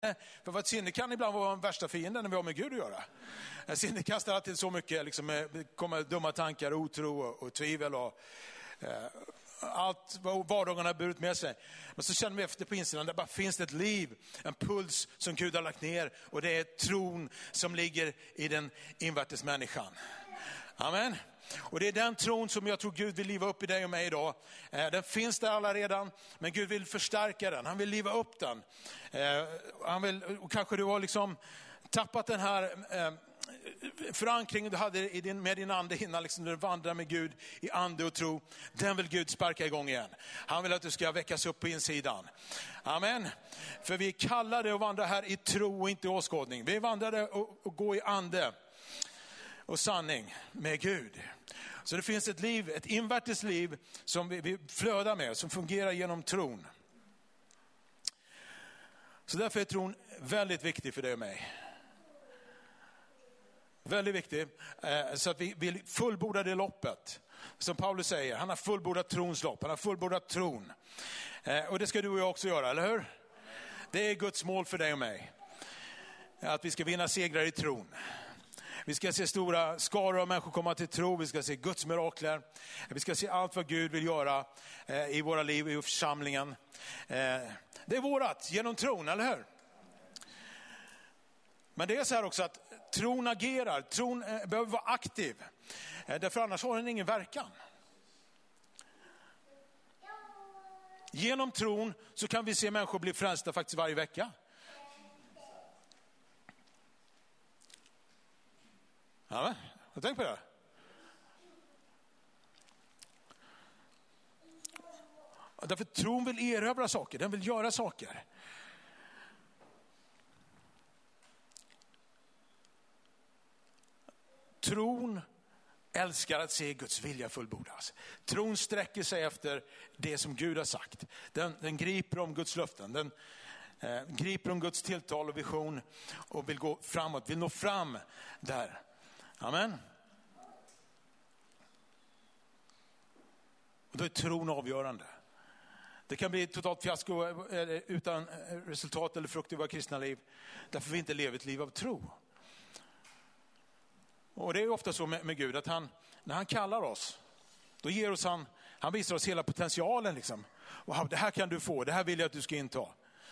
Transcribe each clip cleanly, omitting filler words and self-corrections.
För vad sinne kan ibland vara den värsta fienden när vi har med Gud att göra. Sinne kastar alltid så mycket, liksom, kommer dumma tankar, otro och tvivel och allt vad vardagen har burit med sig. Men så känner vi efter på insidan, det bara finns ett liv, en puls som Gud har lagt ner, och det är tron som ligger i den invärtes människan. Amen. Och det är den tron som jag tror Gud vill liva upp i dig och mig idag. Den finns där alla redan, men Gud vill förstärka den. Han vill liva upp den. Han vill, och kanske du har liksom tappat den här förankringen du hade med din ande innan, liksom, du vandrar med Gud i ande och tro. Den vill Gud sparka igång igen. Han vill att du ska väckas upp på insidan. Amen. För vi kallar det att vandra här i tro och inte i åskådning. Vi vandrade och gå i ande och sanning med Gud. Så det finns ett liv, ett invärtes liv som vi flödar med, som fungerar genom tron. Så därför är tron väldigt viktig för dig och mig. Väldigt viktig, så att vi fullbordar det loppet. Som Paulus säger, han har fullbordat trons lopp, han har fullbordat tron. Och det ska du och jag också göra, eller hur? Det är Guds mål för dig och mig. Att vi ska vinna segrar i tron. Vi ska se stora skaror av människor komma till tro. Vi ska se Guds mirakler. Vi ska se allt vad Gud vill göra i våra liv, i församlingen. Det är vårat genom tron, eller hur? Men det är så här också att tron agerar. Tron behöver vara aktiv. Därför annars har den ingen verkan. Genom tron så kan vi se människor bli frälsta faktiskt varje vecka. Ja, jag tänker på det. Därför tron vill erövra saker, den vill göra saker. Tron älskar att se Guds vilja fullbordas. Tron sträcker sig efter det som Gud har sagt. Den griper om Guds löften. Den griper om Guds tilltal och vision och vill gå framåt, vill nå fram där. Amen. Och då är tron avgörande. Det kan bli totalt fiasko utan resultat eller frukt i våra kristna liv. Därför vi inte lever ett liv av tro. Och det är ofta så med Gud att när han kallar oss, då ger oss han visar oss hela potentialen liksom. Wow, det här kan du få, det här vill jag att du ska inta.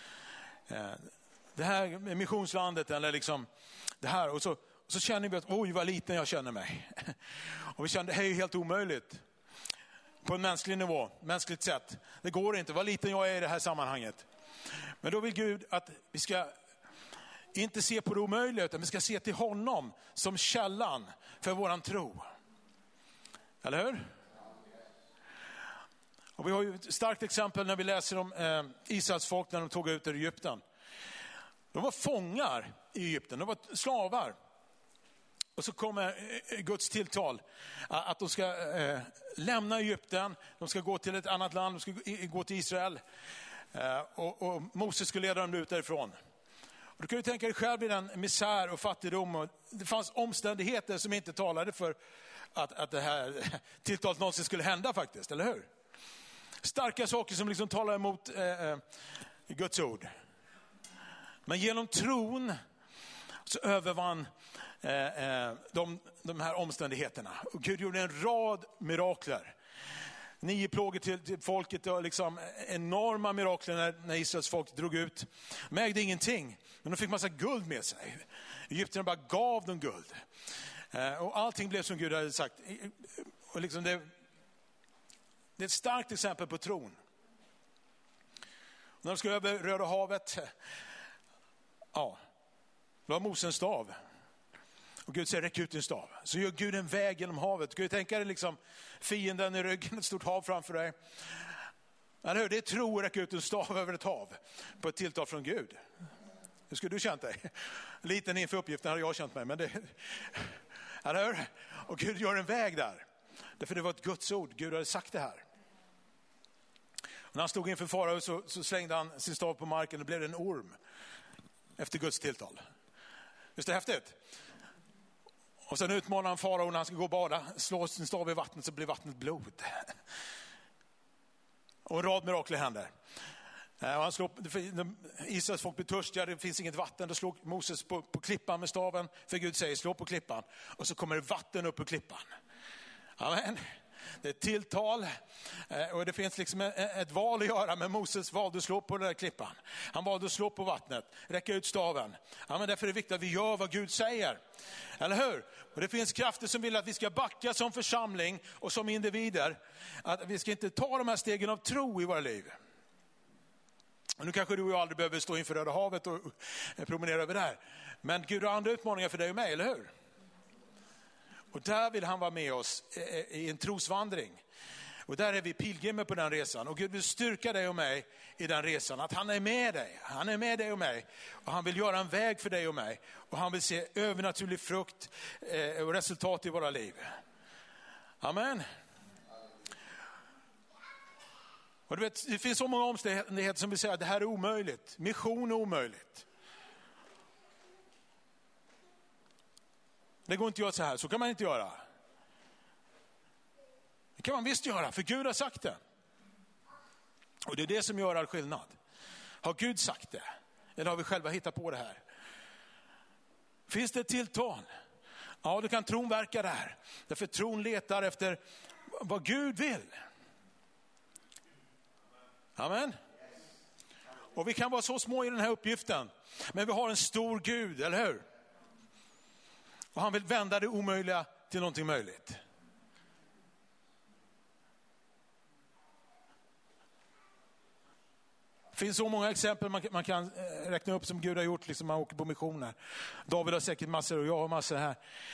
Det här med missionslandet eller liksom det här, och så känner vi att oj vad liten jag känner mig. Och vi känner det här är ju helt omöjligt. På en mänsklig nivå, mänskligt sätt. Det går inte, vad liten jag är i det här sammanhanget. Men då vill Gud att vi ska inte se på det omöjliga, utan vi ska se till honom som källan för våran tro. Eller hur? Och vi har ju ett starkt exempel när vi läser om Israels folk när de tog ut ur Egypten. De var fångar i Egypten, de var slavar. Och så kommer Guds tilltal att de ska lämna Egypten, de ska gå till ett annat land, de ska gå till Israel. Och Moses skulle leda dem ut därifrån. Och du kan ju tänka dig själv i den misär och fattigdom. Och det fanns omständigheter som inte talade för att det här tilltalet någonsin skulle hända faktiskt, eller hur? Starka saker som liksom talar emot Guds ord. Men genom tron så övervann de här omständigheterna. Och Gud gjorde en rad mirakler. 9 plågor till folket och liksom enorma mirakler när Israels folk drog ut. De ägde ingenting, men de fick massa guld med sig. Egypterna bara gav dem guld. Och allting blev som Gud hade sagt. Och liksom det är ett starkt exempel på tron. När de skulle över Röda havet, det var Moses stav. Och Gud säger, räck ut din stav. Så gör Gud en väg genom havet. Gud tänker dig liksom fienden i ryggen, ett stort hav framför dig. Eller hur? Det är tro att räcka ut en stav över ett hav på ett tilltal från Gud. Hur skulle du känt dig? Liten inför uppgiften hade jag känt mig. Men det, eller hur? Och Gud gör en väg där. Därför det var ett Guds ord. Gud hade sagt det här. Och när han stod inför farao så slängde han sin stav på marken och blev det en orm. Efter Guds tilltal. Visst är det häftigt? Och sen utmanar han farao när han ska gå och bada. Slår sin stav i vattnet så blir vattnet blod. Och en rad mirakler händer. Israels folk blir törstiga, det finns inget vatten. Då slår Moses på klippan med staven. För Gud säger slå på klippan. Och så kommer det vatten upp på klippan. Amen. Det är ett tilltal och det finns liksom ett val att göra, men Moses valde att slå på den där klippan. Han valde att slå på vattnet, räcka ut staven. Ja, men därför är det viktigt att vi gör vad Gud säger. Eller hur? Och det finns krafter som vill att vi ska backa som församling och som individer. Att vi ska inte ta de här stegen av tro i våra liv. Och nu kanske du och jag aldrig behöver stå inför Röda havet och promenera över där. Men Gud har andra utmaningar för dig och mig, eller hur? Och där vill han vara med oss i en trosvandring. Och där är vi pilgrimer på den resan. Och Gud vill styrka dig och mig i den resan. Att han är med dig. Han är med dig och mig. Och han vill göra en väg för dig och mig. Och han vill se övernaturlig frukt och resultat i våra liv. Amen. Och du vet, det finns så många omständigheter som vill säga att det här är omöjligt. Mission är omöjligt. Det går inte att göra så här, så kan man inte göra. Det kan man visst göra, för Gud har sagt det. Och det är det som gör all skillnad. Har Gud sagt det? Eller har vi själva hittat på det här? Finns det ett tilltal? Ja, då kan tron verka där. Därför tron letar efter vad Gud vill. Amen. Och vi kan vara så små i den här uppgiften. Men vi har en stor Gud, eller hur? Och han vill vända det omöjliga till någonting möjligt. Det finns så många exempel man kan räkna upp som Gud har gjort, liksom man åker på missioner. David har säkert massor och jag har massor här.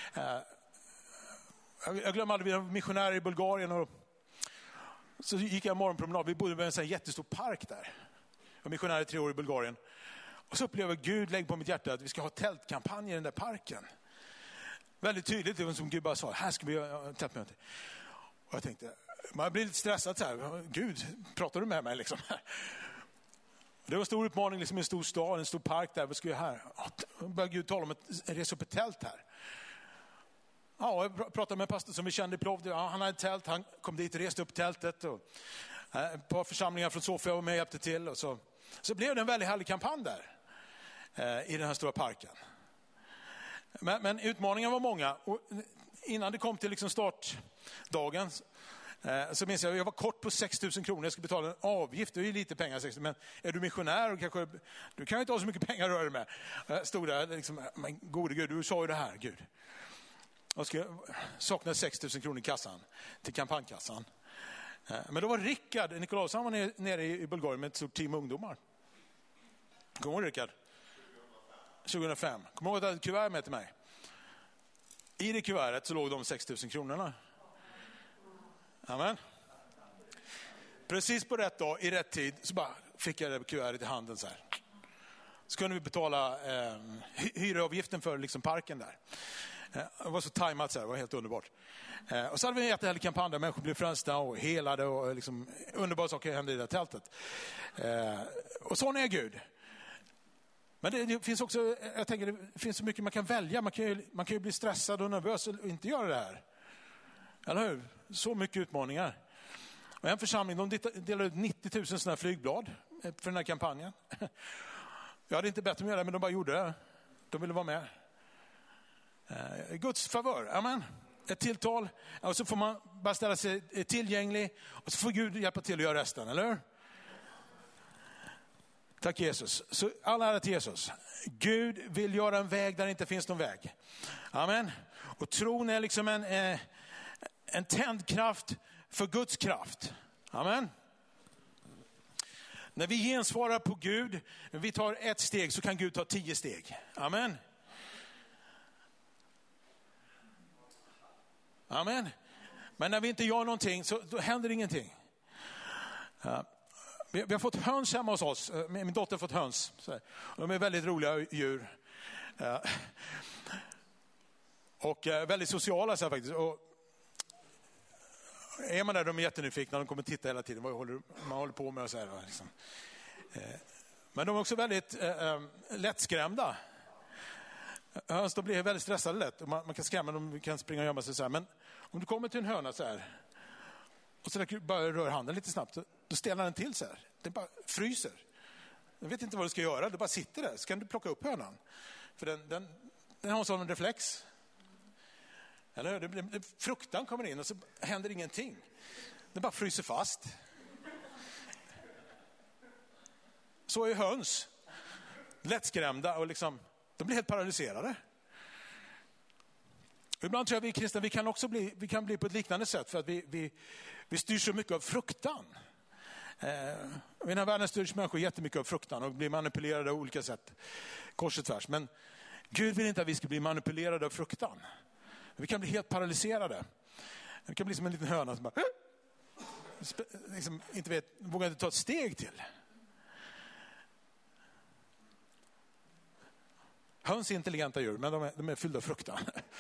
Jag glömmer aldrig, vi var missionärer i Bulgarien och så gick jag en morgonpromenad. Vi bodde vid en sån här jättestor park där. Jag var missionär i 3 år i Bulgarien. Och så upplevde Gud lägga på mitt hjärta att vi ska ha tältkampanj i den där parken. Väldigt tydligt, det var som Gud bara sa, här ska vi göra tältmöte. Och jag tänkte, man blir lite stressad så här, Gud, pratar du med mig liksom? Det var en stor utmaning, liksom en stor stad, en stor park där, vad ska jag här? Då började Gud tala om att resa upp ett tält här. Ja, jag pratade med en pastor som vi kände i Plovdiv. Ja, han hade ett tält, han kom dit och reste upp tältet. Och ett par församlingar från Sofia var med och hjälpte till. Och så blev det en väldigt härlig kampanj där i den här stora parken. Men utmaningarna var många. Och innan det kom till liksom startdagen så minns jag var kort på 6 000 kronor. Jag skulle betala en avgift, det är ju lite pengar. Men är du missionär och kanske, du kan ju inte ha så mycket pengar att röra dig med. Jag stod där liksom, men gode Gud, du sa ju det här, Gud. Jag saknade 6 000 kronor i kassan till kampanjkassan. Men då var Rickard Nikolaus, han var nere i Bulgarien med ett stort team ungdomar. Kommer du Rickard? 2005. Kommer du ihåg att jag hade ett kuvert med till mig? I det kuvertet så låg de 6 000 kronorna. Amen. Precis på rätt dag, i rätt tid, så bara fick jag det kuvertet i handen så här. Så kunde vi betala hyravgiften för liksom parken där. Det var så tajmat så här, det var helt underbart. Och så hade vi en jättehärlig kampanj där människor blev frälsta och helade och liksom underbara saker hände i det här tältet. Och sån är Gud. Men det finns också, jag tänker det finns så mycket man kan välja. Man kan ju bli stressad och nervös och inte göra det här. Eller hur? Så mycket utmaningar. Och en församling, de delade ut 90 000 sådana här flygblad för den här kampanjen. Jag hade inte bett dem göra det, men de bara gjorde det. De ville vara med. Guds favör, amen. Ett tilltal, och så får man bara ställa sig tillgänglig och så får Gud hjälpa till att göra resten, eller hur? Tack Jesus. Så alla ära till Jesus. Gud vill göra en väg där det inte finns någon väg. Amen. Och tron är liksom en tändkraft för Guds kraft. Amen. När vi gensvarar på Gud, när vi tar ett steg så kan Gud ta 10 steg. Amen. Amen. Men när vi inte gör någonting så då händer ingenting. Vi har fått höns hemma hos oss. Min dotter har fått höns. De är väldigt roliga djur. Och väldigt sociala så här, faktiskt. Och är man där, de är jättenyfikna. De kommer titta hela tiden. Vad man håller på med och så här. Liksom. Men de är också väldigt lättskrämda. Höns, de blir väldigt stressade lätt. Man kan skrämma dem, kan springa och gömma sig så här. Men om du kommer till en höna så här och så bara rör handen lite snabbt, då ställer den till så här. Den bara fryser. Den vet inte vad du ska göra. Du bara sitter där. Så kan du plocka upp hönan. För den har en sån reflex. Eller hur? Fruktan kommer in och så händer ingenting. Den bara fryser fast. Så är höns. Lättskrämda och liksom, de blir helt paralyserade. Ibland tror jag vi kristna, vi kan bli på ett liknande sätt för att vi styr så mycket av fruktan. I den här världen styrs människor jättemycket av fruktan och blir manipulerade av olika sätt. Kors och tvärs. Men Gud vill inte att vi ska bli manipulerade av fruktan. Vi kan bli helt paralyserade. Vi kan bli som en liten höna som bara liksom vågar inte ta ett steg till. Höns är intelligenta djur, men de är fyllda av fruktan.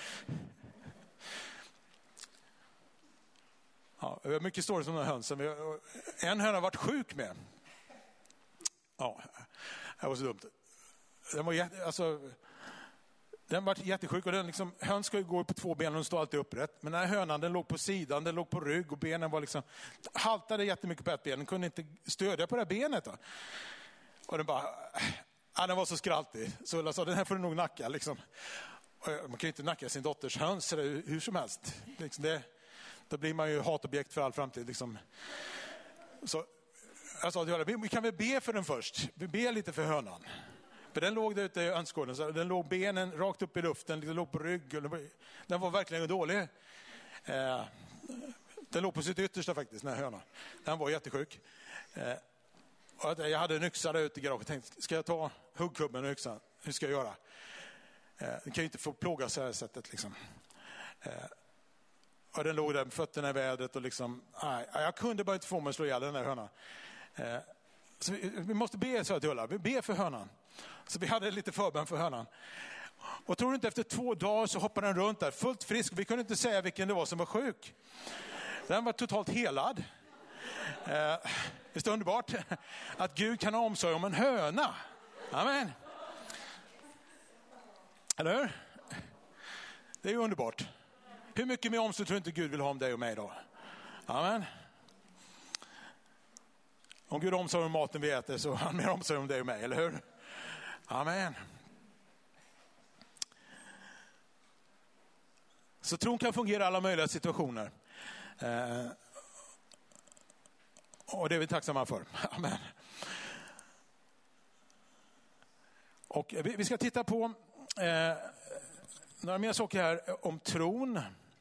Ja, vi har mycket stories om den här hönsen. En höna har varit sjuk med. Ja, det var så dumt. Den var jättesjuk och höns ska ju gå på 2 ben och den står alltid upprätt. Men den här hönan, den låg på sidan, den låg på rygg och benen var liksom haltade jättemycket på ett ben. Den kunde inte stödja på det här benet då. Och den bara... Ja, den var så skraltig. Så Ulla sa, den här får du nog nacka. Liksom. Man kan ju inte nacka sin dotters höns hur som helst. Liksom då blir man ju hatobjekt för all framtid. Liksom. Så jag sa till vi kan väl be för den först. Vi ber lite för hönan. För den låg där ute i hönsgården. Så den låg benen rakt upp i luften. Den låg på rygg. Den var verkligen dålig. Den låg på sitt yttersta faktiskt, den här hönan. Den var jättesjuk. Jag hade en yxa där ute i garaget och tänkte, ska jag ta huggkubben och yxan? Hur ska jag göra? Den kan ju inte få plåga så här sättet. Liksom. Och den låg där med fötterna i vädret och liksom, jag kunde bara inte få mig att slå ihjäl den där hönan. Så vi måste be, så till Ulla. Vi ber för hönan. Så vi hade lite förbön för hönan. Och tror du inte, efter 2 dagar så hoppade den runt där fullt frisk. Vi kunde inte säga vilken det var som var sjuk. Den var totalt helad. Det är underbart att Gud kan ha omsorg om en höna. Amen. Eller hur? Det är ju underbart. Hur mycket mer omsorg tror inte Gud vill ha om dig och mig då? Amen. Om Gud har omsorg om maten vi äter så har han mer omsorg om dig och mig, eller hur? Amen. Så tron kan fungera i alla möjliga situationer. Och det är vi tacksamma för. Amen. Och vi ska titta på några mer saker här om tron.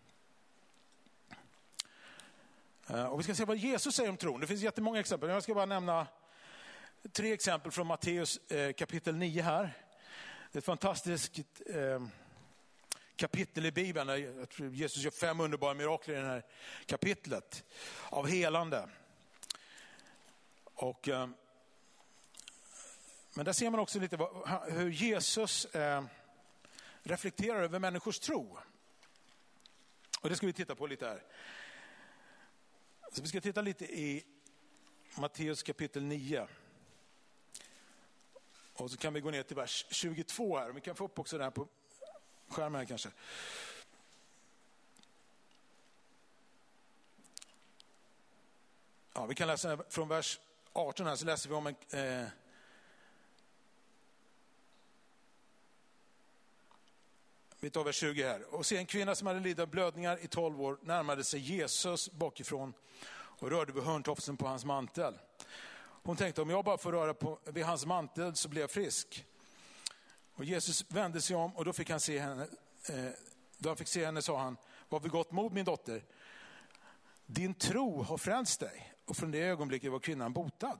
Och vi ska se vad Jesus säger om tron. Det finns jättemånga exempel. Jag ska bara nämna 3 exempel från Matteus kapitel 9 här. Det är ett fantastiskt kapitel i Bibeln. Jag tror Jesus gör 5 underbara mirakler i det här kapitlet av helande. Och, men där ser man också lite hur Jesus reflekterar över människors tro. Och det ska vi titta på lite här. Så vi ska titta lite i Matteus kapitel 9. Och så kan vi gå ner till vers 22 här. Vi kan få upp också den här på skärmen här kanske. Ja, vi kan läsa från vers 18 här, så läser vi om vi tar vers 20 här. Och se, en kvinna som hade lidit av blödningar i 12 år närmade sig Jesus bakifrån och rörde vid hörntofsen på hans mantel. Hon tänkte, om jag bara får röra vid hans mantel så blir jag frisk. Och Jesus vände sig om och då fick han se henne. Då han fick se henne sa han, var vid gott mod min dotter. Din tro har frälst dig. Och från det ögonblicket var kvinnan botad.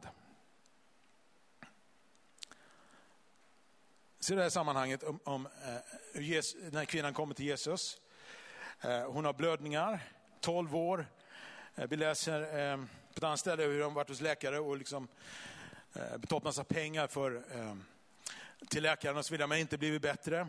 Så det här sammanhanget om den här kvinnan kommer till Jesus. Hon har blödningar, 12 år. Vi läser på ett annat ställe hur de varit hos läkare och liksom betalat massa pengar till läkaren och så vidare, men inte blivit bättre.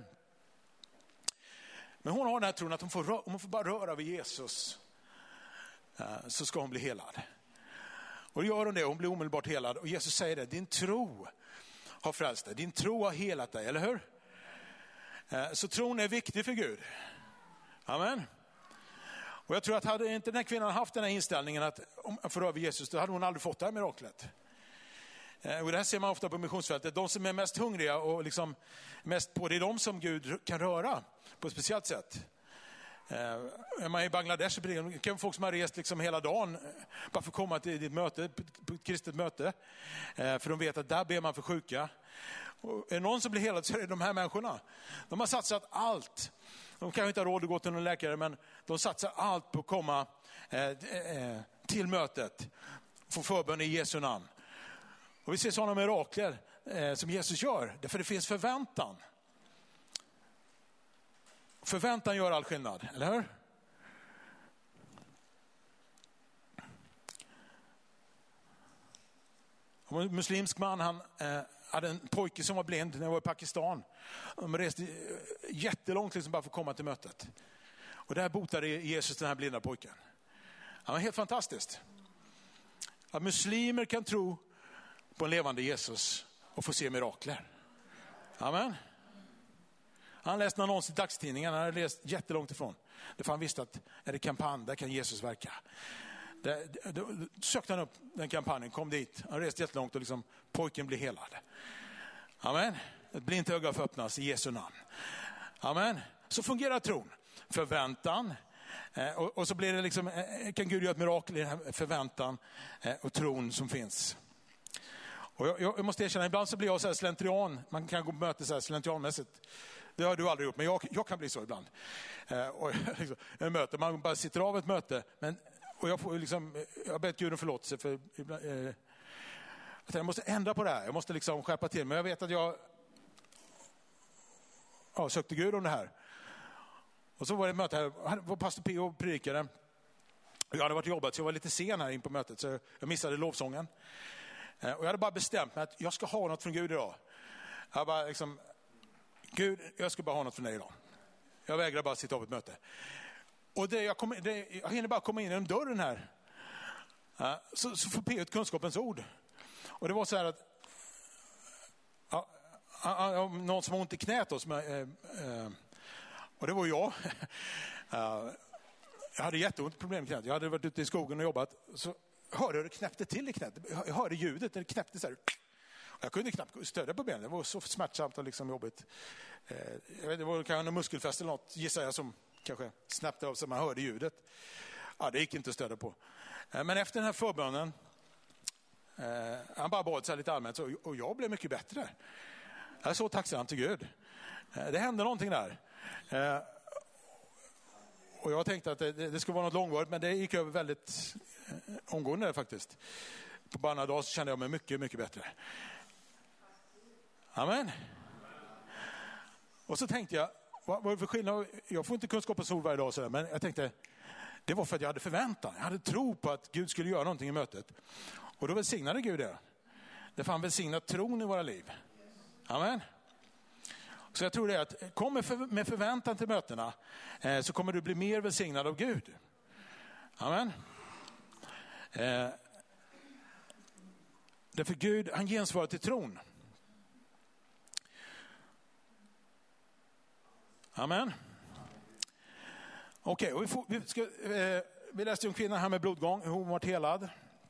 Men hon har den här tron att om hon får bara röra vid Jesus så ska hon bli helad. Och då gör hon det, hon blir omedelbart helad. Och Jesus säger det, din tro har frälst dig. Din tro har helat dig, eller hur? Så tron är viktig för Gud. Amen. Och jag tror att hade inte den här kvinnan haft den här inställningen att om jag får röra vid Jesus, då hade hon aldrig fått det här miraklet. Och det här ser man ofta på missionsfältet. De som är mest hungriga och liksom mest på, det är de som Gud kan röra på ett speciellt sätt. Är man i Bangladesh så kan folk som har rest liksom hela dagen bara för att komma till ett möte, på ett kristet möte. För de vet att där ber man för sjuka. Och är det någon som blir helad så är det de här människorna. De har satsat allt. De kanske inte har råd att gå till någon läkare, men de satsar allt på att komma till mötet. Få förbön i Jesu namn. Och vi ser sådana mirakler som Jesus gör. Därför det finns förväntan. Förväntan gör all skillnad, eller hur? En muslimsk man, han hade en pojke som var blind när han var i Pakistan. De reste jättelångt liksom bara för att komma till mötet. Och där botade Jesus den här blinda pojken. Det var helt fantastiskt. Att muslimer kan tro på en levande Jesus och få se mirakler. Amen. Han läste en annons i dagstidningen, han hade läst jättelångt ifrån. Därför han visste att är det kampanj, där kan Jesus verka. Då sökte han upp den kampanjen, kom dit. Han reste jättelångt och liksom, pojken blev helad. Amen. Ett blint öga får öppnas i Jesu namn. Amen. Så fungerar tron. Förväntan. Och så blir det liksom, kan Gud göra ett mirakel i den här förväntan och tron som finns. Och jag måste erkänna, ibland så blir jag så här slentrian. Man kan gå på möte så här slentrianmässigt. Det har du aldrig gjort, men jag kan bli så ibland. Och liksom, en möte, man bara sitter av ett möte. Och jag får liksom, jag ber Gud om förlåtelse för ibland, jag måste ändra på det här. Jag måste liksom skärpa till. Men jag vet att jag sökte Gud om det här. Och så var det ett möte här. Var pastor P.O. predikade. Jag hade varit jobbat så jag var lite sen här in på mötet. Så jag missade lovsången. Och jag hade bara bestämt mig att jag ska ha något från Gud idag. Jag bara liksom, Gud, jag ska bara ha något från dig idag. Jag vägrar bara sitta av ett möte. Och jag hinner bara komma in genom dörren här. Så får P.O. ett kunskapens ord. Och det var så här att någon som har ont i knät då, och det var jag. Jag hade jätteont problem med knät. Jag hade varit ute i skogen och jobbat. Så hörde jag det knäppte till i knät. Jag hörde ljudet, det knäppte så här. Jag kunde knappt stödja på benen. Det var så smärtsamt och liksom jobbigt. Jag vet, det var kanske en muskelfäste eller något, gissar jag, som kanske snappte av så man hörde ljudet. Ja, det gick inte att stödja på. Men efter den här förbönen, han bara bad så här lite allmänt, och jag blev mycket bättre. Jag är så tacksam till Gud. Det hände någonting där. Och jag tänkte att det skulle vara något långvarigt, men det gick över väldigt omgående faktiskt. På bara några dagar så kände jag mig mycket, mycket bättre. Amen. Och så tänkte jag, vad är det för skillnad? Jag får inte kunskapens ord varje dag så där, men jag tänkte, det var för att jag hade förväntan. Jag hade tro på att Gud skulle göra någonting i mötet. Och då välsignade Gud det. Därför han välsignat tron i våra liv. Amen. Så jag tror det att kom med förväntan till mötena, så kommer du bli mer välsignad av Gud. Amen. Därför Gud, han gensvarar till tron. Amen. Okej, och vi läste om kvinnan här med blodgång, hur hon var helad.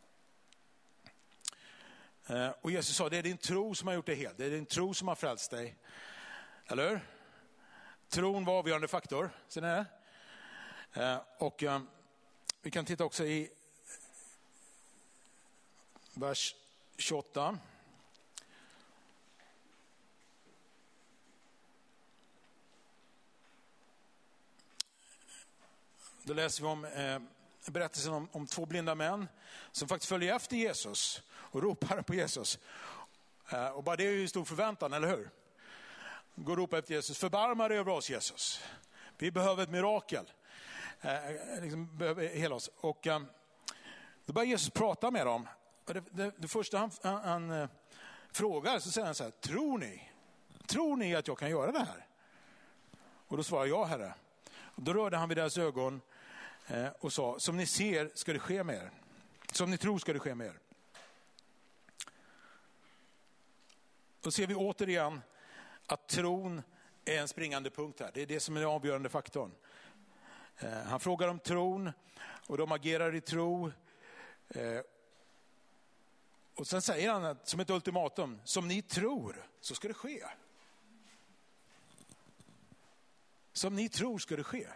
Och Jesus sa, det är din tro som har gjort dig hel. Det är din tro som har frälst dig. Eller hur? Tron var avgörande faktor. Ser ni det? Och vi kan titta också i vers 28. Då läser vi om berättelsen om två blinda män som faktiskt följer efter Jesus och ropar på Jesus. Och bara det är ju stor förväntan, eller hur? Går och ropar efter Jesus. Förbarma dig över oss, Jesus. Vi behöver ett mirakel. Liksom behöver hela oss. Och då börjar Jesus prata med dem. Och det första han frågar, så säger han så här: Tror ni att jag kan göra det här? Och då svarar jag, Herre. Och då rörde han vid deras ögon och sa: som ni ser ska det ske med er. Som ni tror ska det ske med er. Då ser vi återigen att tron är en springande punkt här. Det är det som är den avgörande faktorn. Han frågar om tron och de agerar i tro. Och sen säger han att, som ett ultimatum, som ni tror så ska det ske. Som ni tror ska det ske.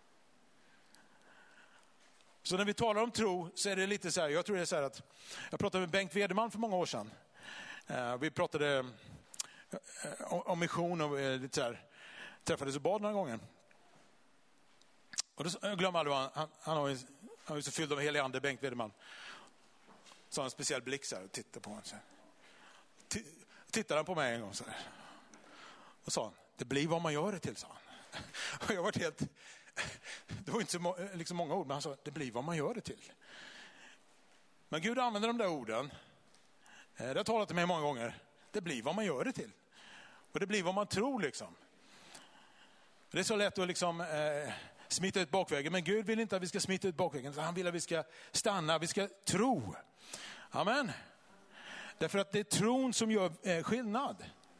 Så när vi talar om tro så är det lite så här, jag tror det är så här att jag pratade med Bengt Wederman för många år sedan. Vi pratade om mission och lite så här, träffades och bad några gånger. Och då, jag glömmer aldrig, han är så fylld av helig ande, Bengt Wederman. Så har en speciell blick så här och tittar på honom. Tittade han på mig en gång så här. Och sa han, det blir vad man gör det till, sa han. Och jag var helt, det var inte så liksom många ord, men han sa, det blir vad man gör det till. Men Gud använder de där orden. Det har talat till mig många gånger. Det blir vad man gör det till. Och det blir vad man tror liksom. Det är så lätt att liksom smita ut bakvägen. Men Gud vill inte att vi ska smita ut bakvägen. Han vill att vi ska stanna, vi ska tro. Amen. Därför att det är tron som gör skillnad.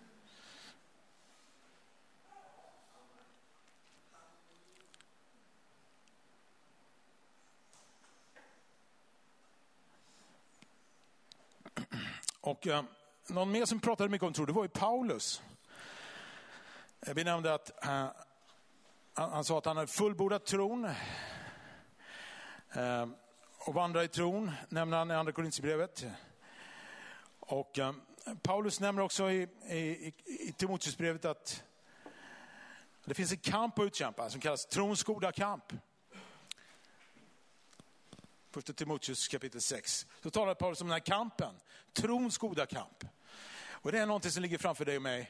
Och någon mer som pratade mycket om tro, det var ju Paulus. Vi nämnde att han sa att han hade fullbordat tron och vandrar i tron, nämner han i andra Korinthierbrevet. Och Paulus nämner också i Timoteusbrevet att det finns en kamp att utkämpa som kallas trons goda kamp. Första Timoteus kapitel 6. Så talar Paulus om den här kampen, trons goda kamp. Och det är någonting som ligger framför dig och mig.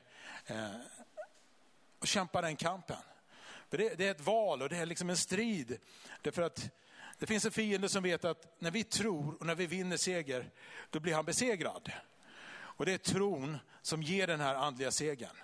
Och kämpa den kampen. För det är ett val och det är liksom en strid. Därför att det finns en fiende som vet att när vi tror och när vi vinner seger, då blir han besegrad. Och det är tron som ger den här andliga segern.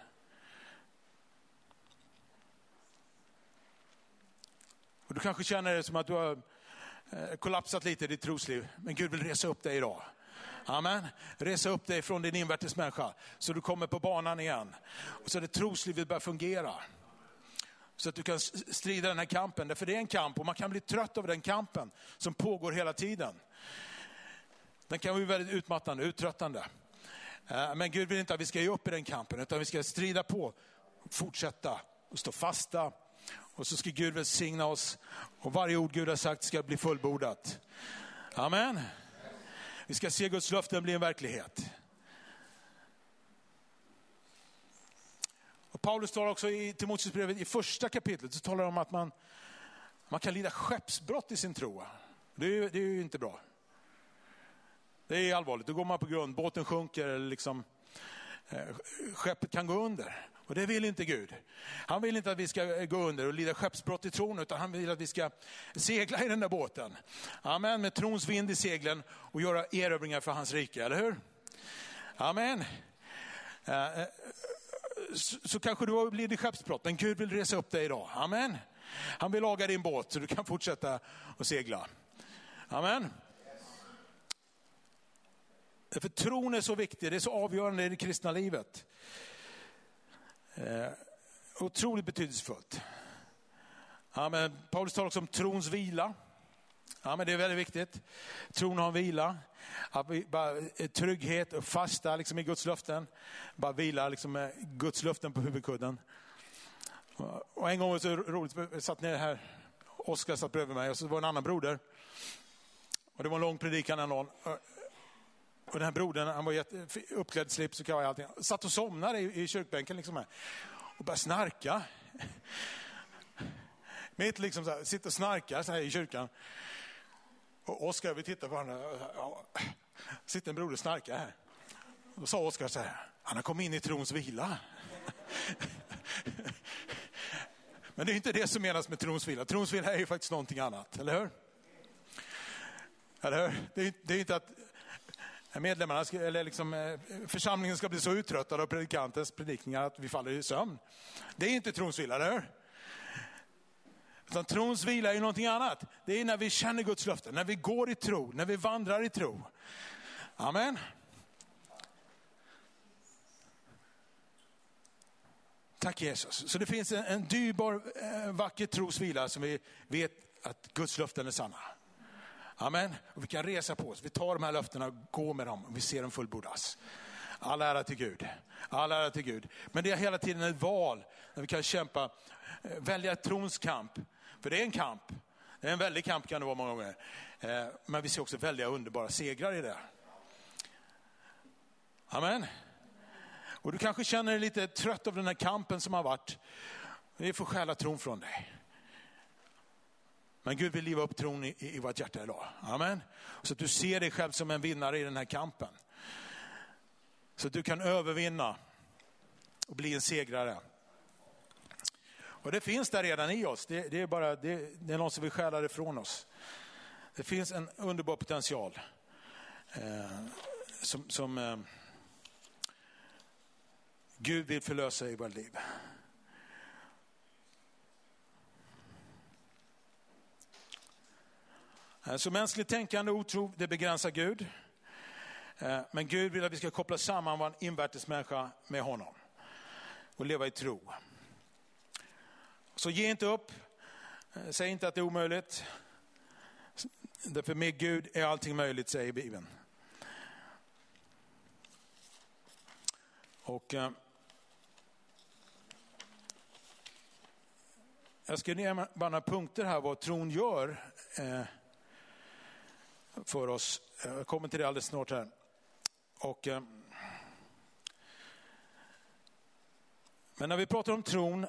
Och du kanske känner det som att du har kollapsat lite i ditt trosliv. Men Gud vill resa upp dig idag. Amen. Resa upp dig från din invärtes människa så du kommer på banan igen. Och så det troslivet börjar fungera. Så att du kan strida den här kampen. Därför det är en kamp och man kan bli trött av den kampen som pågår hela tiden. Den kan bli väldigt utmattande, uttröttande. Men Gud vill inte att vi ska ge upp i den kampen, utan vi ska strida på, fortsätta och stå fasta. Och så ska Gud välsigna oss och varje ord Gud har sagt ska bli fullbordat. Amen. Vi ska se Guds löften bli en verklighet. Och Paulus talar också i Timoteusbrevet i första kapitlet, så talar om att man kan lida skeppsbrott i sin tro. Det är ju inte bra. Det är allvarligt. Då går man på grund, båten sjunker eller liksom skeppet kan gå under. Och det vill inte Gud. Han vill inte att vi ska gå under och lida skeppsbrott i tron, utan han vill att vi ska segla i den där båten. Amen, med trons vind i seglen och göra erövringar för hans rike, eller hur? Amen. Så kanske du har blivit skeppsbrott, men Gud vill resa upp dig idag. Amen. Han vill laga din båt så du kan fortsätta att segla. Amen. För tron är så viktig, det är så avgörande i det kristna livet. Otroligt betydelsefullt. Ja, men Paulus talar också om trons vila. Ja, men det är väldigt viktigt. Tron har en vila. Att vi bara trygghet och fasta liksom i Guds löften. Bara vila liksom med Guds löften på huvudkudden. Och en gång var det så roligt, jag satt ner här. Oskar satt bredvid mig och så var en annan broder. Och det var en lång predikan en dag. Och den här brodern, han var uppklädd, slips och kavaj och allting. Satt och somnade i kyrkbänken liksom här. Och började snarka. Mitt liksom så här, sitter och snarkar så här i kyrkan. Och Oskar, vi tittar på honom. Ja, sitter en broder och snarkar här. Och då sa Oskar så här, han har kommit in i trons vila. Men det är inte det som menas med trons vila. Trons vila är ju faktiskt någonting annat, eller hur? Eller hur? Det är inte att medlemmarna eller liksom församlingen ska bli så uttröttad av predikantens predikningar att vi faller i sömn. Det är inte trons vila, eller hur? Utan trons vila är någonting annat. Det är när vi känner Guds löften, när vi går i tro, när vi vandrar i tro. Amen. Tack Jesus. Så det finns en dyrbar, vacker trosvila som vi vet att Guds löften är sanna. Amen. Och vi kan resa på oss. Vi tar de här löftena och går med dem och vi ser dem fullbordas. All ära till Gud. All ära till Gud. Men det är hela tiden ett val när vi kan kämpa, välja trons kamp. För det är en kamp. Det är en väldig kamp kan det vara många gånger. Men vi ser också väldiga underbara segrar i det. Amen. Och du kanske känner dig lite trött av den här kampen som har varit. Vi får stjäla tron från dig. Men Gud vill liva upp tron i vårt hjärta idag. Amen. Så att du ser dig själv som en vinnare i den här kampen. Så att du kan övervinna och bli en segrare. Och det finns där redan i oss. Det är någon som vill stjäla det från oss. Det finns en underbar potential som Gud vill förlösa i vårt liv. Så mänskligt tänkande och otro, det begränsar Gud. Men Gud vill att vi ska koppla samman vår invärtesmänniska med honom. Och leva i tro. Så ge inte upp. Säg inte att det är omöjligt. Därför med Gud är allting möjligt, säger Bibeln. Och jag ska ge bara några punkter här vad tron gör för oss. Jag kommer till det alldeles snart här. Och men när vi pratar om tron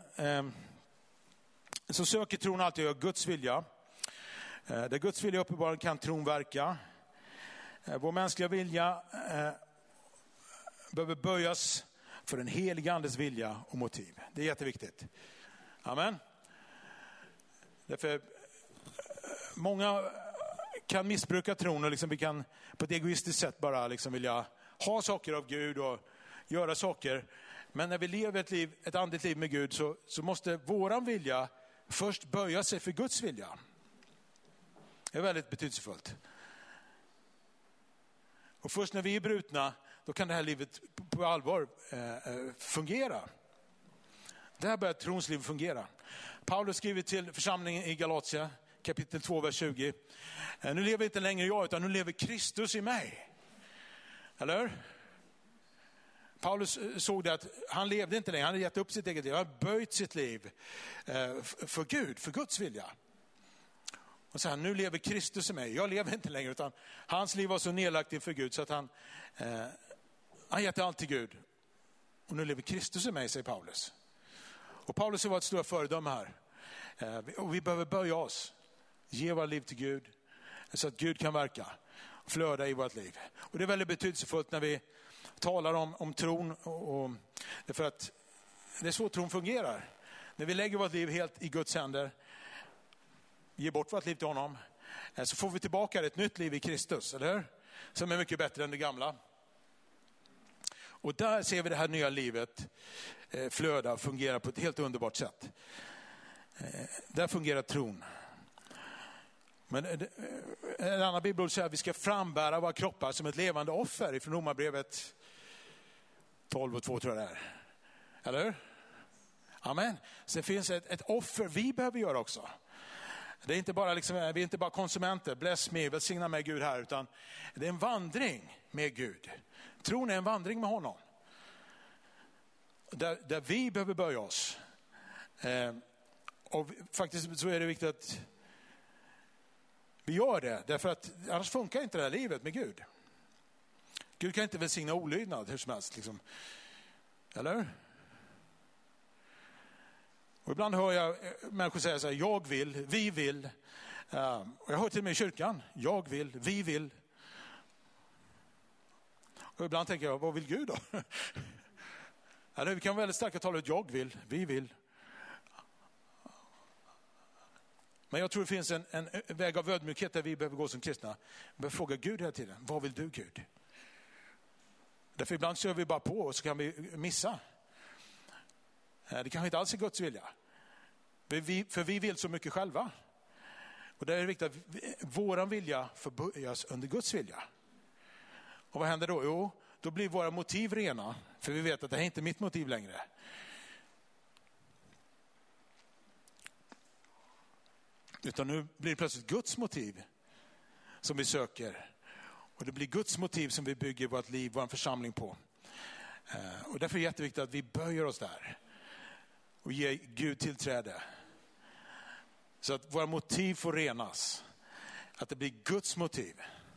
så söker tron alltid göra Guds vilja. Där Guds vilja uppenbarligen kan tron verka. Vår mänskliga vilja behöver böjas för den heliga andes vilja och motiv. Det är jätteviktigt. Amen. Därför många kan missbruka tron och liksom vi kan på ett egoistiskt sätt bara liksom vilja ha saker av Gud och göra saker. Men när vi lever ett andligt liv med Gud så måste våran vilja först böja sig för Guds vilja. Det är väldigt betydelsefullt. Och först när vi är brutna, då kan det här livet på allvar fungera. Där börjar trons liv fungera. Paulus skriver till församlingen i Galatia, kapitel 2, vers 20. Nu lever inte längre jag, utan nu lever Kristus i mig. Eller? Paulus såg det att han levde inte längre, han hade gett upp sitt eget liv. Han hade böjt sitt liv för Gud, för Guds vilja. Och så här, nu lever Kristus i mig. Jag lever inte längre, utan hans liv var så nedlagt inför Gud så att han gett allt till Gud. Och nu lever Kristus i mig, säger Paulus. Och Paulus var ett stort föredöme här. Och vi behöver böja oss. Ge vårt liv till Gud. Så att Gud kan verka. Flöda i vårt liv. Och det är väldigt betydelsefullt när vi talar om tron. Och för att det är så tron fungerar. När vi lägger vårt liv helt i Guds händer. Ger bort vårt liv till honom. Så får vi tillbaka ett nytt liv i Kristus. Eller hur? Som är mycket bättre än det gamla. Och där ser vi det här nya livet flöda och fungera på ett helt underbart sätt. Där fungerar tron. Men en annan bibel säger att vi ska frambära våra kroppar som ett levande offer ifrån Romarbrevet 12:2 tror jag det är. Eller hur? Amen. Så det finns ett offer vi behöver göra också. Det är inte bara vi är inte bara konsumenter, bless me, välsigna mig Gud här, utan det är en vandring med Gud. Tron är en vandring med honom. Där vi behöver böja oss. Och faktiskt så är det viktigt att vi gör det. Därför att annars funkar inte det här livet med Gud. Gud kan inte välsigna olydnad hur som helst. Liksom. Eller? Och ibland hör jag människor säga så här, jag vill, vi vill. Och jag hör till och med i kyrkan, jag vill, vi vill. Och ibland tänker jag, vad vill Gud då? Eller, vi kan väldigt starkt tala ut, jag vill, vi vill. Men jag tror det finns en väg av ödmjukhet där vi behöver gå som kristna. Vi behöver fråga Gud hela tiden, vad vill du Gud? Därför ibland kör vi bara på och så kan vi missa. Det kanske inte alls är Guds vilja. För vi vill så mycket själva. Och det är viktigt att våran vilja förböjas under Guds vilja. Och vad händer då? Jo, då blir våra motiv rena. För vi vet att det här är inte mitt motiv längre. Utan nu blir det plötsligt Guds motiv som vi söker. Och det blir Guds motiv som vi bygger vårt liv, vår församling på. Och därför är det jätteviktigt att vi böjer oss där och ger Gud tillträde. Så att våra motiv får renas. Att det blir Guds motiv.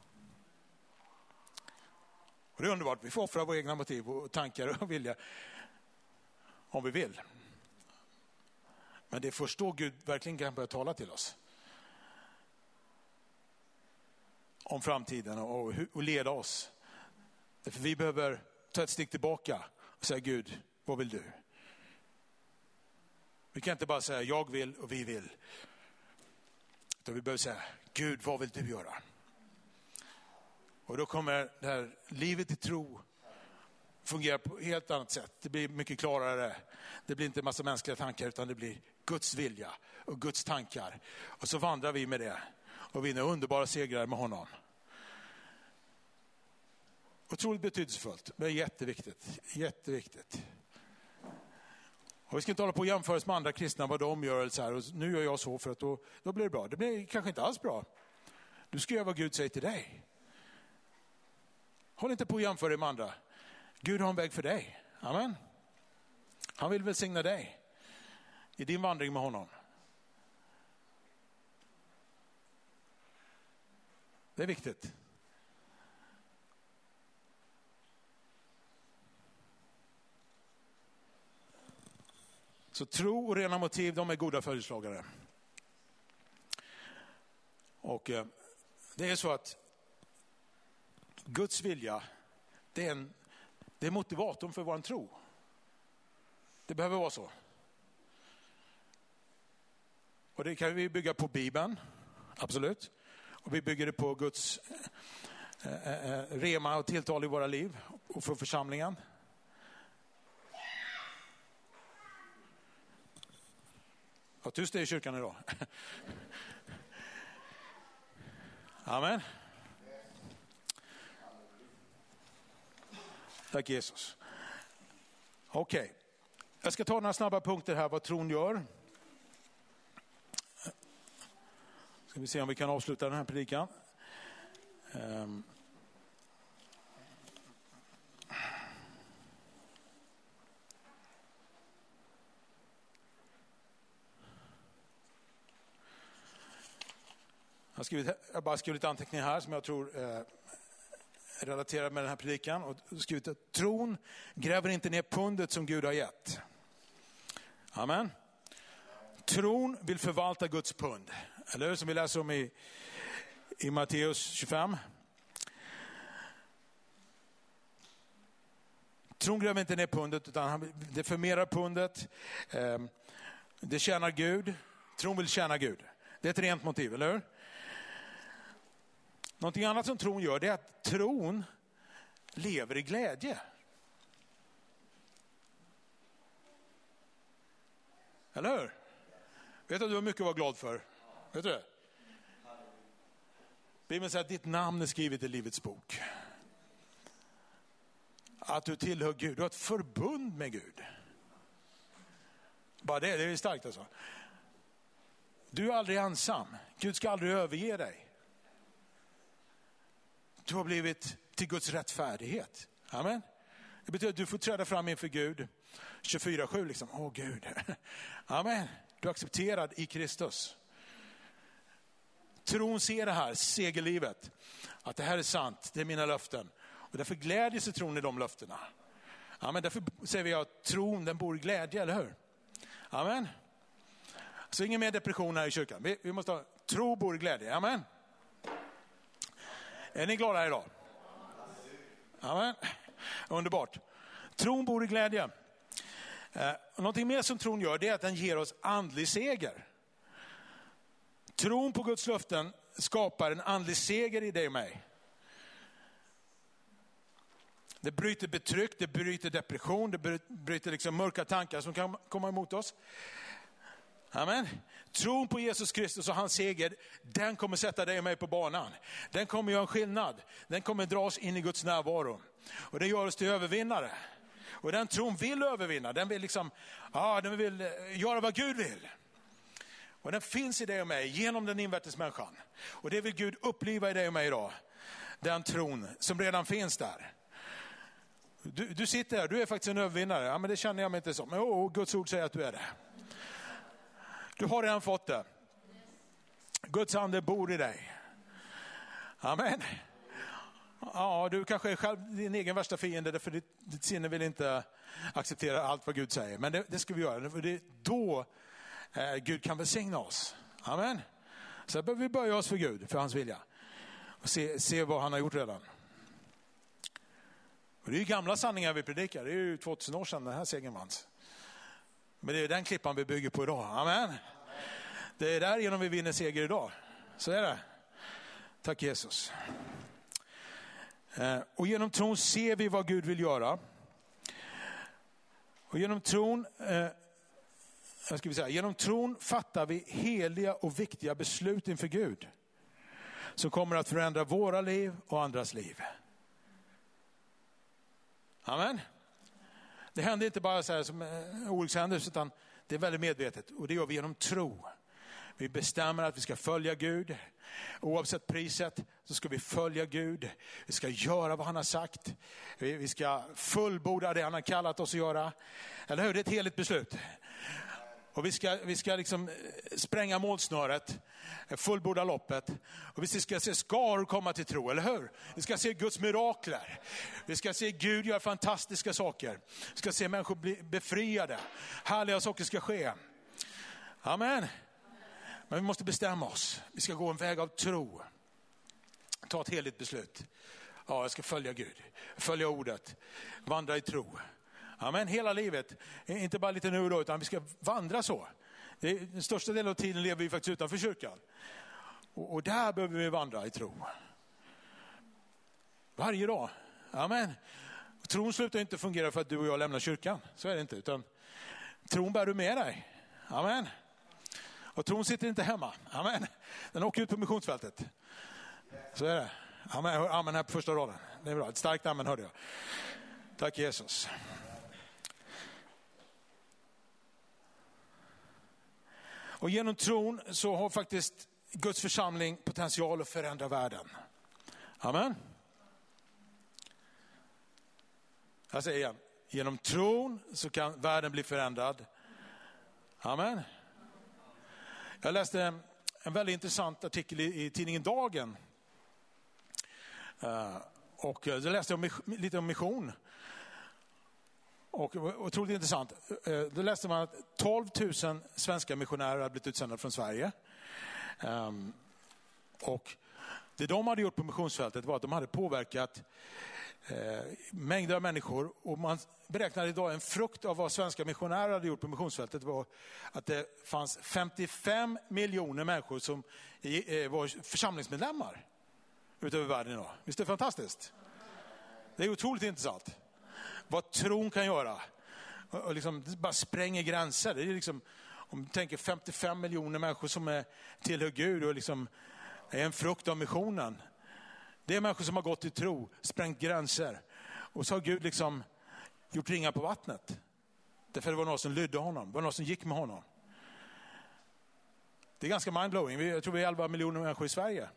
Och det är underbart. Vi får offra våra egna motiv och tankar och vilja. Om vi vill. Men det är först då Gud verkligen kan börja tala till oss. Om framtiden och leda oss. Därför vi behöver ta ett steg tillbaka och säga Gud, vad vill du? Vi kan inte bara säga jag vill och vi vill. Utan vi behöver säga Gud, vad vill du göra? Och då kommer det här livet i tro fungera på ett helt annat sätt. Det blir mycket klarare. Det blir inte en massa mänskliga tankar utan det blir Guds vilja och Guds tankar. Och så vandrar vi med det och vinner underbara segrar med honom. Otroligt betydelsefullt, men jätteviktigt. Jätteviktigt. Och vi ska inte hålla på och jämföra oss med andra kristna, vad de gör. Så här, och nu gör jag så för att då blir det bra. Det blir kanske inte alls bra. Du ska göra vad Gud säger till dig. Håll inte på att jämföra dig med andra. Gud har en väg för dig. Amen. Han vill välsigna dig i din vandring med honom. Det är viktigt. Så tro och rena motiv, de är goda följeslagare. Och det är så att Guds vilja, det är motivatorn för vår tro. Det behöver vara så. Och det kan vi bygga på Bibeln, absolut. Och vi bygger det på Guds rema och tilltal i våra liv och för församlingen. Ja, tyst är i kyrkan idag. Amen. Tack Jesus. Okej. Jag ska ta några snabba punkter här vad tron gör. Ska vi se om vi kan avsluta den här predikan. Jag har bara skrivit lite anteckningar här som jag tror relaterar med den här predikan. Och skrivit att tron gräver inte ner pundet som Gud har gett. Amen. Tron vill förvalta Guds pund. Eller hur? Som vi läser om i Matteus 25. Tron gräver inte ner pundet utan det förmerar pundet. Det tjänar Gud. Tron vill tjäna Gud. Det är ett rent motiv, eller hur? Någonting annat som tron gör det är att tron lever i glädje. Eller hur? Vet du att du har mycket att vara glad för? Vet du det? Bibeln säger att ditt namn är skrivet i livets bok. Att du tillhör Gud. Du har ett förbund med Gud. Bara det är starkt alltså. Du är aldrig ensam. Gud ska aldrig överge dig. Du har blivit till Guds rättfärdighet. Amen. Det betyder att du får träda fram inför Gud 24/7 liksom. Åh Gud. Amen. Du är accepterad i Kristus. Tron ser det här, segerlivet. Att det här är sant, det är mina löften. Och därför glädjer sig tron i de löftena. Amen. Därför säger vi att tron den bor i glädje, eller hur? Amen. Så ingen mer depression här i kyrkan. Vi måste ha tro bor i glädje. Amen. Är ni glada här idag? Amen. Underbart. Tron bor i glädje. Någonting mer som tron gör det är att den ger oss andlig seger. Tron på Guds löften skapar en andlig seger i dig och mig. Det bryter betryck, det bryter depression, det bryter liksom mörka tankar som kan komma emot oss. Amen. Tron på Jesus Kristus och hans seger, den kommer sätta dig och mig på banan. Den kommer göra en skillnad. Den kommer dra oss in i Guds närvaro. Och det gör oss till övervinnare. Och den tron vill övervinna. Den vill liksom, den vill göra vad Gud vill. Och den finns i dig och mig genom den invärtes människan. Och det vill Gud uppliva i dig och mig idag. Den tron som redan finns där. Du sitter här, du är faktiskt en övervinnare. Ja, men det känner jag mig inte som. Men Guds ord säger att du är det. Du har redan fått det. Guds ande bor i dig. Amen. Ja, du kanske är själv din egen värsta fiende, därför ditt sinne vill inte acceptera allt vad Gud säger. Men det ska vi göra, för det är då Gud kan välsigna oss. Amen. Så behöver vi böja oss för Gud, för hans vilja. Och se vad han har gjort redan. Och det är ju gamla sanningar vi predikar, det är ju 2000 år sedan den här segern vanns. Men det är den klippan vi bygger på idag. Amen. Det är där genom vi vinner seger idag. Så är det. Tack Jesus. Och genom tron ser vi vad Gud vill göra. Och genom tron, genom tron fattar vi heliga och viktiga beslut inför Gud. Som kommer att förändra våra liv och andras liv. Amen. Det händer inte bara så här som olyckshändelse, utan det är väldigt medvetet. Och det gör vi genom tro. Vi bestämmer att vi ska följa Gud. Oavsett priset så ska vi följa Gud. Vi ska göra vad han har sagt. Vi ska fullborda det han har kallat oss att göra. Eller hur? Det är ett heligt beslut. Och vi ska liksom spränga målsnöret, fullborda loppet. Och vi ska se skaror komma till tro, eller hur? Vi ska se Guds mirakler. Vi ska se Gud göra fantastiska saker. Vi ska se människor bli befriade. Härliga saker ska ske. Amen. Men vi måste bestämma oss. Vi ska gå en väg av tro. Ta ett heligt beslut. Ja, jag ska följa Gud. Följa ordet. Vandra i tro. Amen. Hela livet. Inte bara lite nu och då, utan vi ska vandra så. Den största delen av tiden lever vi faktiskt utanför kyrkan. Och där behöver vi vandra i tro. Varje dag. Amen. Tron slutar inte fungera för att du och jag lämnar kyrkan. Så är det inte. Utan tron bär du med dig. Amen. Och tron sitter inte hemma. Amen. Den åker ut på missionsfältet. Så är det. Amen. Amen här på första raden. Det är bra. Ett starkt amen hörde jag. Tack Jesus. Och genom tron så har faktiskt Guds församling potential att förändra världen. Amen. Jag säger igen. Genom tron så kan världen bli förändrad. Amen. Jag läste en väldigt intressant artikel i tidningen Dagen. Och då läste jag lite om mission. Och otroligt intressant. Då läste man att 12 000 svenska missionärer hade blivit utsända från Sverige. Och det de hade gjort på missionsfältet var att de hade påverkat mängder av människor. Och man beräknar idag en frukt av vad svenska missionärer hade gjort på missionsfältet var att det fanns 55 miljoner människor som var församlingsmedlemmar utöver världen idag. Visst är det fantastiskt? Det är otroligt intressant. Vad tron kan göra. Och liksom, det bara spränger gränser. Det är liksom, om du tänker 55 miljoner människor som tillhör Gud och liksom är en frukt av missionen. Det är människor som har gått i tro, sprängt gränser. Och så har Gud liksom gjort ringar på vattnet. Därför det var någon som lydde honom. Det var någon som gick med honom. Det är ganska mindblowing. Jag tror vi är 11 miljoner människor i Sverige.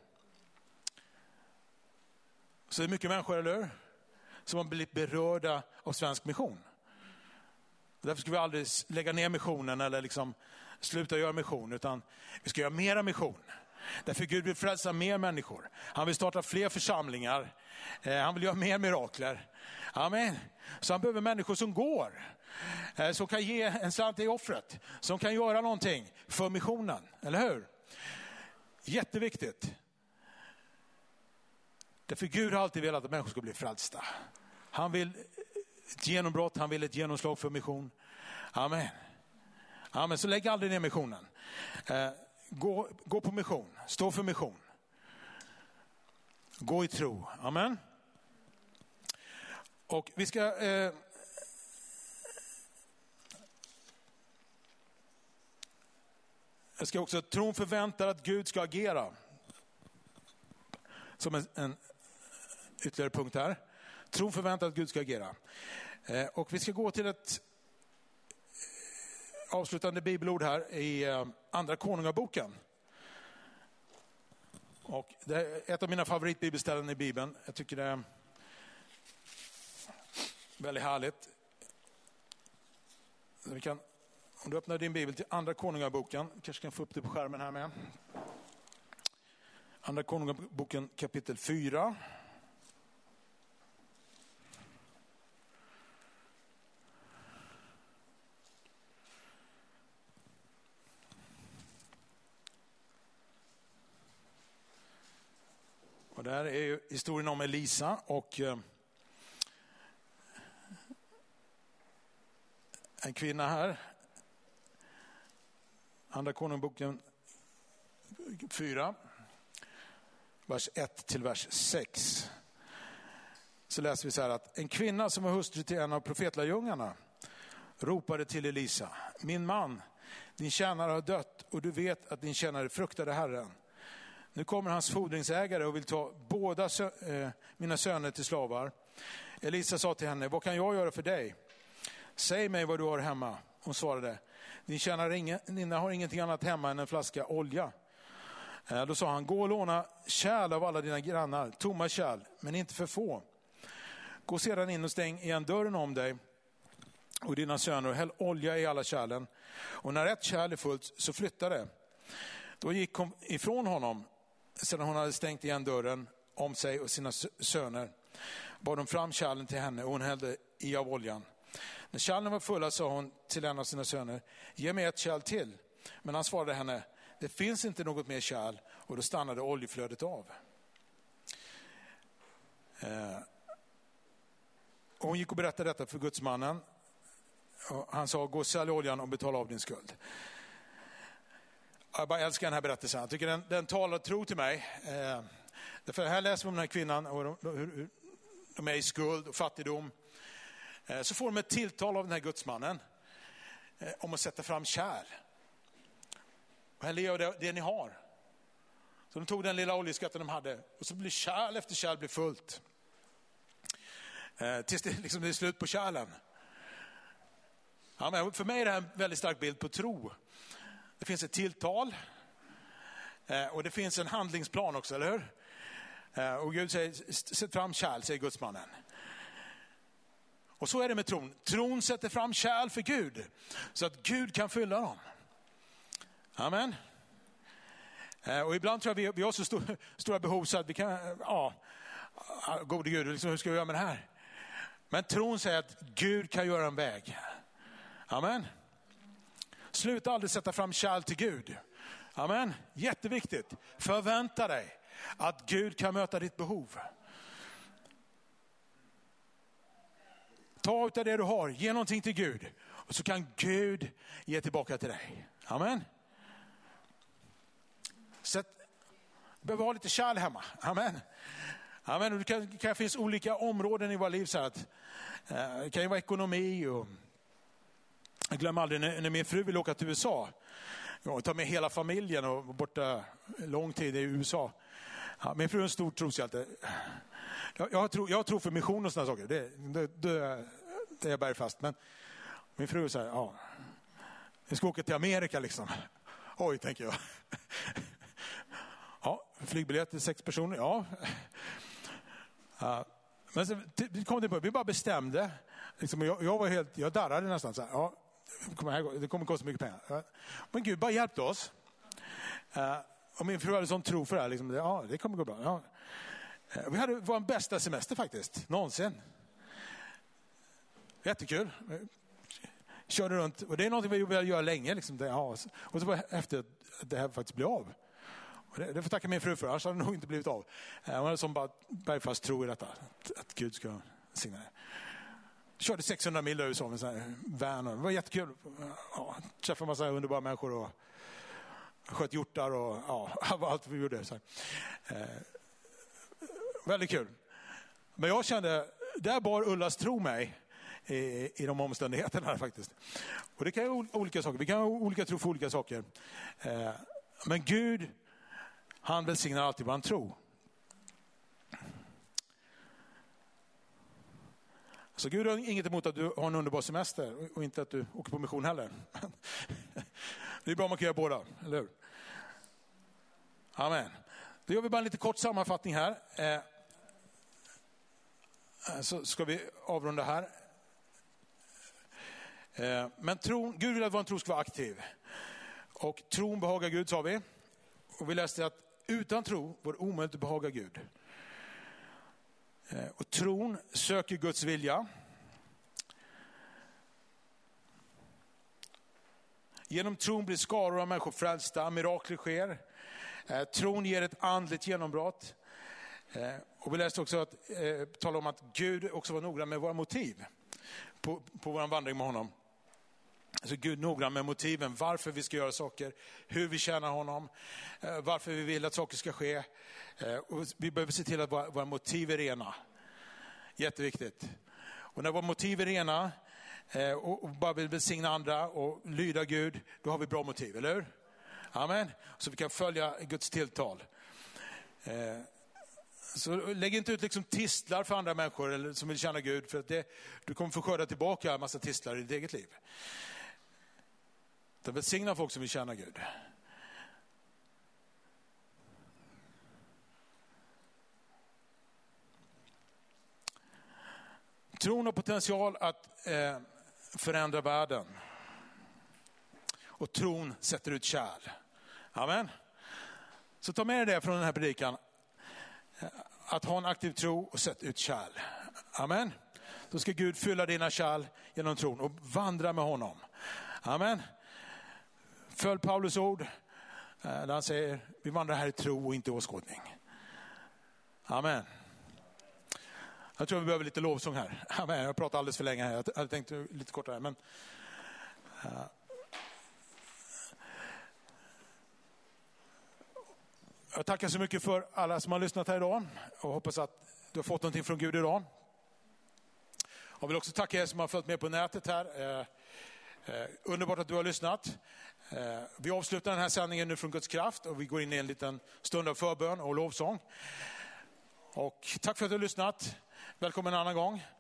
Så det är mycket människor, eller hur? Som har blivit berörda av svensk mission. Därför ska vi aldrig lägga ner missionen eller liksom sluta göra mission, utan vi ska göra mera mission. Därför Gud vill frälsa mer människor. Han vill starta fler församlingar. Han vill göra mer mirakler. Amen. Så han behöver människor som går. Som kan ge en slant i offret. Som kan göra någonting för missionen. Eller hur? Jätteviktigt. Därför Gud har alltid velat att människor ska bli frälsta. Han vill ett genombrott, han vill ett genomslag för mission. Amen. Amen. Så lägg aldrig ner missionen. Gå på mission. Stå för mission. Gå i tro. Amen. Och vi ska... jag ska också... Tron förväntar att Gud ska agera. Som en ytterligare punkt här. Tron förväntar att Gud ska agera. Och vi ska gå till ett avslutande bibelord här i andra konungaboken. Och det är ett av mina favoritbibelställen i Bibeln. Jag tycker det är väldigt härligt. Vi kan, om du öppnar din bibel till andra konungaboken, kanske kan få upp det på skärmen här med. Andra konungaboken kapitel 4. Och där är ju historien om Elisa och en kvinna här. Andra konungaboken 4, vers 1 till vers 6. Så läser vi så här att en kvinna som var hustru till en av profetlärjungarna ropade till Elisa: min man, din tjänare har dött och du vet att din tjänare fruktade Herren. Nu kommer hans fordringsägare och vill ta båda mina söner till slavar. Elisa sa till henne: vad kan jag göra för dig? Säg mig vad du har hemma. Hon svarade: din tjänarinna har ingenting annat hemma än en flaska olja. Då sa han: gå och låna kärl av alla dina grannar, tomma kärl, men inte för få. Gå sedan in och stäng igen dörren om dig och dina söner och häll olja i alla kärlen. Och när ett kärl är fullt så flytta det. Då gick hon ifrån honom sedan hon hade stängt igen dörren om sig och sina söner. Bar de fram kärlen till henne och hon hällde i av oljan. När kärlen var fulla sa hon till en av sina söner: ge mig ett kärl till. Men han svarade henne: det finns inte något mer kärl. Och då stannade oljeflödet av. Och hon gick och berättade detta för gudsmannen. Och han sa: gå och sälj oljan och betala av din skuld. Jag bara älskar den här berättelsen. Jag tycker den talar tro till mig. Därför här läser vi om den här kvinnan och de är i skuld och fattigdom. Så får de ett tilltal av den här gudsmannen om att sätta fram kärl. Och här lever det ni har. Så de tog den lilla oljeskatten de hade och så blir kärl efter kärl blir fullt. Tills det liksom är slut på kärlen. Ja, men för mig är det här en väldigt stark bild på tro. Det finns ett tilltal och det finns en handlingsplan också, eller hur? Och Gud säger: sätt fram kärl, säger gudsmannen. Och så är det med tron. Tron sätter fram kärl för Gud så att Gud kan fylla dem. Amen. Och ibland tror jag vi har så stora behov så att vi kan, gode Gud, liksom, hur ska vi göra med det här? Men tron säger att Gud kan göra en väg. Amen. Sluta aldrig sätta fram kärl till Gud. Amen. Jätteviktigt. Förvänta dig att Gud kan möta ditt behov. Ta ut av det du har, ge någonting till Gud. Och så kan Gud ge tillbaka till dig. Amen. Så behöver ha lite kärl hemma. Amen. Amen. Och det kan finnas olika områden i våra liv. Så att, det kan ju vara ekonomi. Och jag glömmer aldrig när min fru ville åka till USA. Och ta med hela familjen och var borta lång tid i USA. Ja, min fru är en stor troshjälte. Jag tror för mission och sådana saker. Det är jag bergfast. Men min fru säger: ja, vi ska åka till Amerika liksom. Oj, tänker jag. Ja, flygbiljett till 6 personer. Ja. Men så kom det på, vi bara bestämde. Liksom, jag darrade nästan så här. Ja, det kommer kosta mycket pengar. Men Gud bara hjälpte oss. Och min fru hade sån tro för det här. Liksom, ja, det kommer gå bra. Ja. Vi hade vår bästa semester faktiskt, någonsin. Jättekul. Körde runt, och det är något vi vill göra länge. Liksom. Och så var efter att det här faktiskt blev av. Och det får tacka min fru för, annars hade det nog inte blivit av. Hon hade som bara bergfast tro i detta, att Gud ska signa det. Körde 600 mil i USA med en sån van. Det var jättekul. Ja, träffade en massa underbara människor och sköt hjortar och allt vi gjorde. Så väldigt kul. Men jag kände, där bar Ullas tro mig i de omständigheterna här faktiskt. Och det kan ju olika saker. Vi kan ha olika tro för olika saker. Men Gud, han välsignar alltid vår tro. Så Gud har inget emot att du har en underbar semester och inte att du åker på mission heller. Det är bra om man kan göra båda, eller hur? Amen. Då gör vi bara en lite kort sammanfattning här. Så ska vi avrunda här. Men Gud vill att vår tro ska vara aktiv. Och tron behagar Gud, sa vi. Och vi läste att utan tro var det omöjligt att behaga Gud. Och tron söker Guds vilja. Genom tron blir skaror av människor frälsta, mirakler sker. Tron ger ett andligt genombrott. Och vi läste också att tala om att Gud också var noggrann med våra motiv på vår vandring med honom. Alltså Gud noggrann med motiven, varför vi ska göra saker, hur vi tjänar honom, varför vi vill att saker ska ske. Och vi behöver se till att våra motiv är rena. Jätteviktigt. Och när våra motiv är rena och bara vill välsigna andra och lyda Gud, då har vi bra motiv, eller hur? Amen. Så vi kan följa Guds tilltal. Så lägg inte ut liksom tistlar för andra människor eller som vill tjäna Gud, för att du kommer få skörda tillbaka en massa tistlar i ditt eget liv. Det välsignar folk som vill tjäna Gud. Tron har potential att förändra världen. Och tron sätter ut kärl. Amen. Så ta med dig det från den här predikan. Att ha en aktiv tro och sätta ut kärl. Amen. Då ska Gud fylla dina kärl genom tron och vandra med honom. Amen. Följ Paulus ord. Där han säger, vi vandrar här i tro och inte i åskådning. Amen. Jag tror vi behöver lite lovsång här. Amen. Jag pratar alldeles för länge här. Jag hade tänkt lite kortare. Men, jag tackar så mycket för alla som har lyssnat här idag. Och hoppas att du har fått någonting från Gud idag. Jag vill också tacka er som har följt med på nätet här. Underbart att du har lyssnat. Vi avslutar den här sändningen nu från Guds kraft. Och vi går in i en liten stund av förbön och lovsång. Och tack för att du har lyssnat. Välkommen en annan gång.